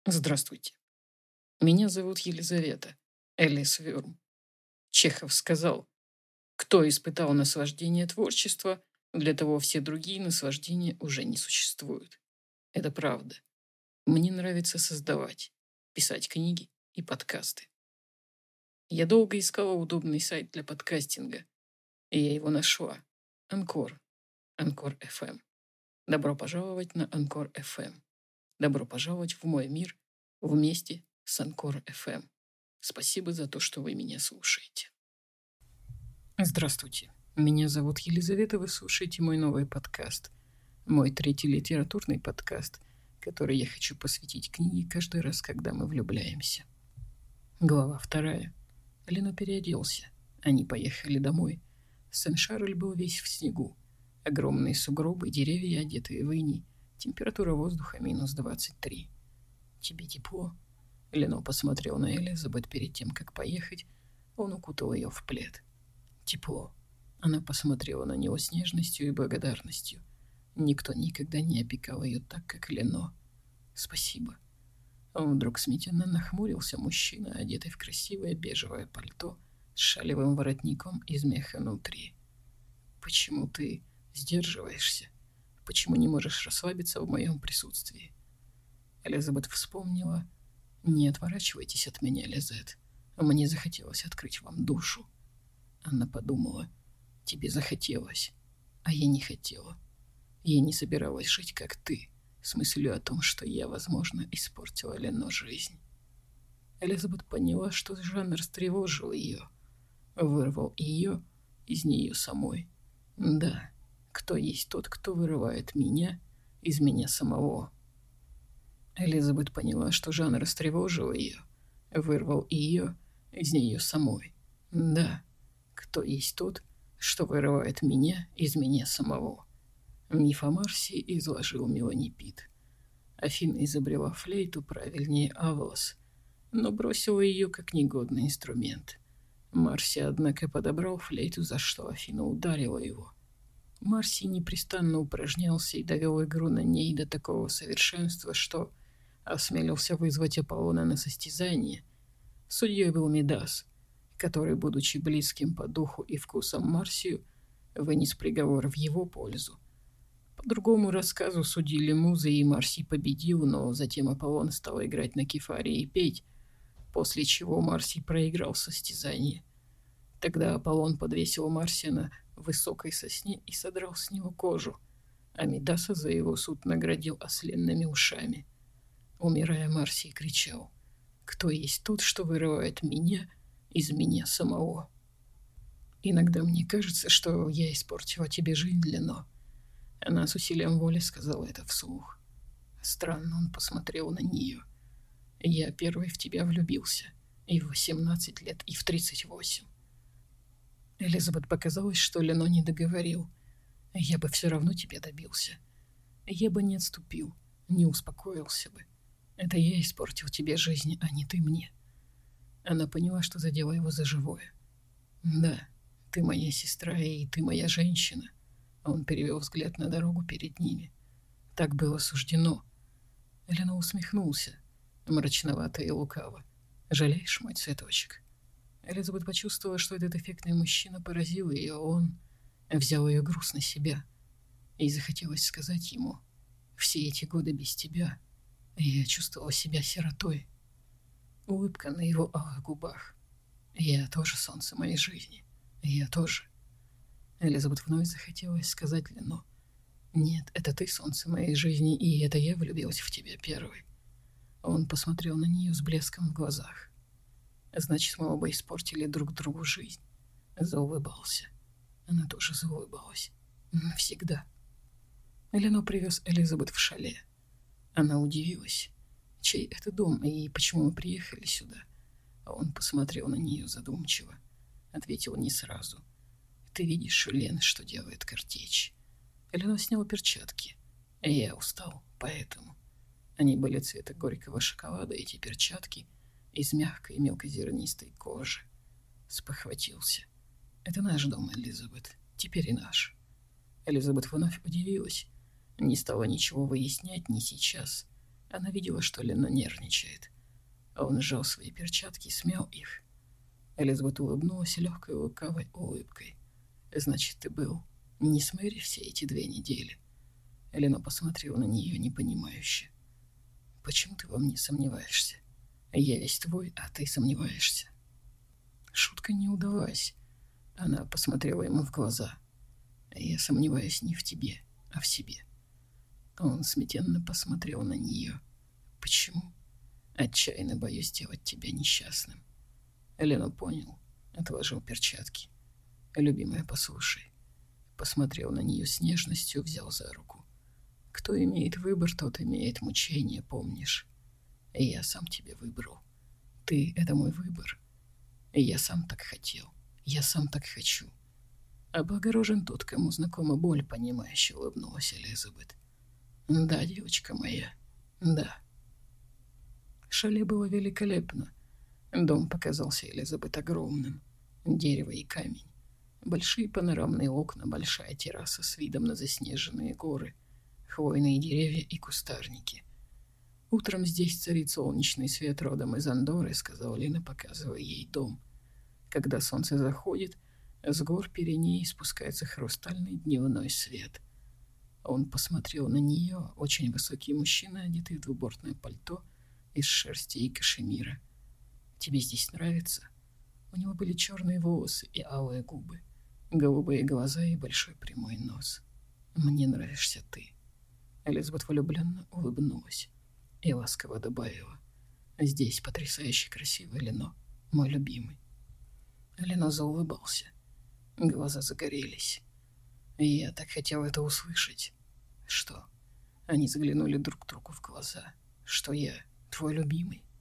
Здравствуйте. Меня зовут Елизавета Элис Вюрм. Чехов сказал, кто испытал наслаждение творчества, для того все другие наслаждения уже не существуют. Это правда. Мне нравится создавать, писать книги и подкасты. Я долго искала удобный сайт для подкастинга, и я его нашла. Анкор. Анкор FM. Добро пожаловать на Анкор FM. Добро пожаловать в мой мир вместе с Анкор FM. Спасибо за то, что вы меня слушаете. Здравствуйте. Меня зовут Елизавета, вы слушаете мой новый подкаст. Мой третий литературный подкаст, который я хочу посвятить книге каждый раз, когда мы влюбляемся. Глава 2. Лено переоделся. Они поехали домой. Сен-Шарль был весь в снегу. Огромные сугробы, деревья, одетые в иней. Температура воздуха -23. «Тебе тепло?» Лено посмотрел на Элизабет перед тем, как поехать. Он укутал ее в плед. «Тепло». Она посмотрела на него с нежностью и благодарностью. Никто никогда не опекал ее так, как Лено. «Спасибо». Он вдруг смятенно нахмурился, мужчина, одетый в красивое бежевое пальто с шалевым воротником из меха внутри. «Почему ты сдерживаешься? Почему не можешь расслабиться в моем присутствии?» Элизабет вспомнила. «Не отворачивайтесь от меня, Лизет. Мне захотелось открыть вам душу». Она подумала. «Тебе захотелось, а я не хотела. Я не собиралась жить, как ты, с мыслью о том, что я, возможно, испортила Лено жизнь». Элизабет поняла, что жанр растревожил ее. Вырвал ее из нее самой. Да, кто есть тот, кто вырывает меня из меня самого? Элизабет поняла, что жанр растревожил ее, вырвал ее из нее самой. Да, кто есть тот, что вырывает меня из меня самого? Миф о Марсе изложил Мелани Пит. Афина изобрела флейту, правильнее Авелос, но бросила ее как негодный инструмент. Марси, однако, подобрал флейту, за что Афина ударила его. Марси непрестанно упражнялся и довел игру на ней до такого совершенства, что осмелился вызвать Аполлона на состязание. Судьей был Мидас, который, будучи близким по духу и вкусам Марсию, вынес приговор в его пользу. По другому рассказу судили музы, и Марсий победил, но затем Аполлон стал играть на кефаре и петь, после чего Марсий проиграл состязание. Тогда Аполлон подвесил Марсия на высокой сосне и содрал с него кожу, а Мидаса за его суд наградил ослинными ушами. Умирая, Марсий кричал: «Кто есть тот, что вырывает меня из меня самого?» «Иногда мне кажется, что я испортила тебе жизнь, Лено». Она с усилием воли сказала это вслух. Странно, он посмотрел на нее. «Я первый в тебя влюбился. И в 18 лет, и в 38». Элизабет показалось, что Лено не договорил. «Я бы все равно тебя добился. Я бы не отступил, не успокоился бы. Это я испортил тебе жизнь, а не ты мне». Она поняла, что задела его за живое. «Да, ты моя сестра, и ты моя женщина». Он перевел взгляд на дорогу перед ними. «Так было суждено». Лено усмехнулся, мрачновато и лукаво. «Жалеешь, мой цветочек?» Элизабет почувствовала, что этот эффектный мужчина поразил ее, он взял ее груз на себя. И захотелось сказать ему: «Все эти годы без тебя я чувствовала себя сиротой». Улыбка на его алых губах. «Я тоже солнце моей жизни. Я тоже». Элизабет вновь захотелось сказать Лено: «Нет, это ты солнце моей жизни, и это я влюбилась в тебя первой». Он посмотрел на нее с блеском в глазах. «Значит, мы оба испортили друг другу жизнь». Заулыбался. Она тоже заулыбалась. Навсегда. Лено привез Элизабет в шале. Она удивилась. Чей это дом и почему мы приехали сюда? Он посмотрел на нее задумчиво. Ответил не сразу. «Ты видишь, Лен, что делает картечь?» Лено снял перчатки. «Я устал, поэтому». Они были цвета горького шоколада, эти перчатки, из мягкой мелкозернистой кожи. Спохватился. «Это наш дом, Элизабет. Теперь и наш». Элизабет вновь удивилась. Не стала ничего выяснять ни сейчас. Она видела, что Лена нервничает. Он сжал свои перчатки и смял их. Элизабет улыбнулась легкой лукавой улыбкой. «Значит, ты был не с Мэри все эти 2 недели?» Элена посмотрела на нее непонимающе. «Почему ты во мне сомневаешься? Я весь твой, а ты сомневаешься». Шутка не удалась. Она посмотрела ему в глаза. «Я сомневаюсь не в тебе, а в себе». Он смятенно посмотрел на нее. «Почему?» «Отчаянно боюсь сделать тебя несчастным». Лена понял, отложил перчатки. «Любимая, послушай». Посмотрел на нее с нежностью, взял за руку. «Кто имеет выбор, тот имеет мучение, помнишь? И я сам тебя выбрал. Ты — это мой выбор. И я сам так хотел. Я сам так хочу». Облагорожен тот, кому знакома боль, понимающе улыбнулась Элизабет. «Да, девочка моя, да». Шале было великолепно. Дом показался Элизабет огромным. Дерево и камень. Большие панорамные окна, большая терраса с видом на заснеженные горы, хвойные деревья и кустарники. «Утром здесь царит солнечный свет родом из Андоры», — сказала Лена, показывая ей дом. «Когда солнце заходит, с гор Пиренеи спускается хрустальный дневной свет». Он посмотрел на нее, очень высокий мужчина, одетый в двубортное пальто из шерсти и кашемира. «Тебе здесь нравится?» У него были черные волосы и алые губы, голубые глаза и большой прямой нос. «Мне нравишься ты». Элизабет влюбленно улыбнулась и ласково добавила: «Здесь потрясающе красиво, Лено, мой любимый». Лено заулыбался. Глаза загорелись. «Я так хотел это услышать». «Что?» Они заглянули друг другу в глаза. «Что я твой любимый?»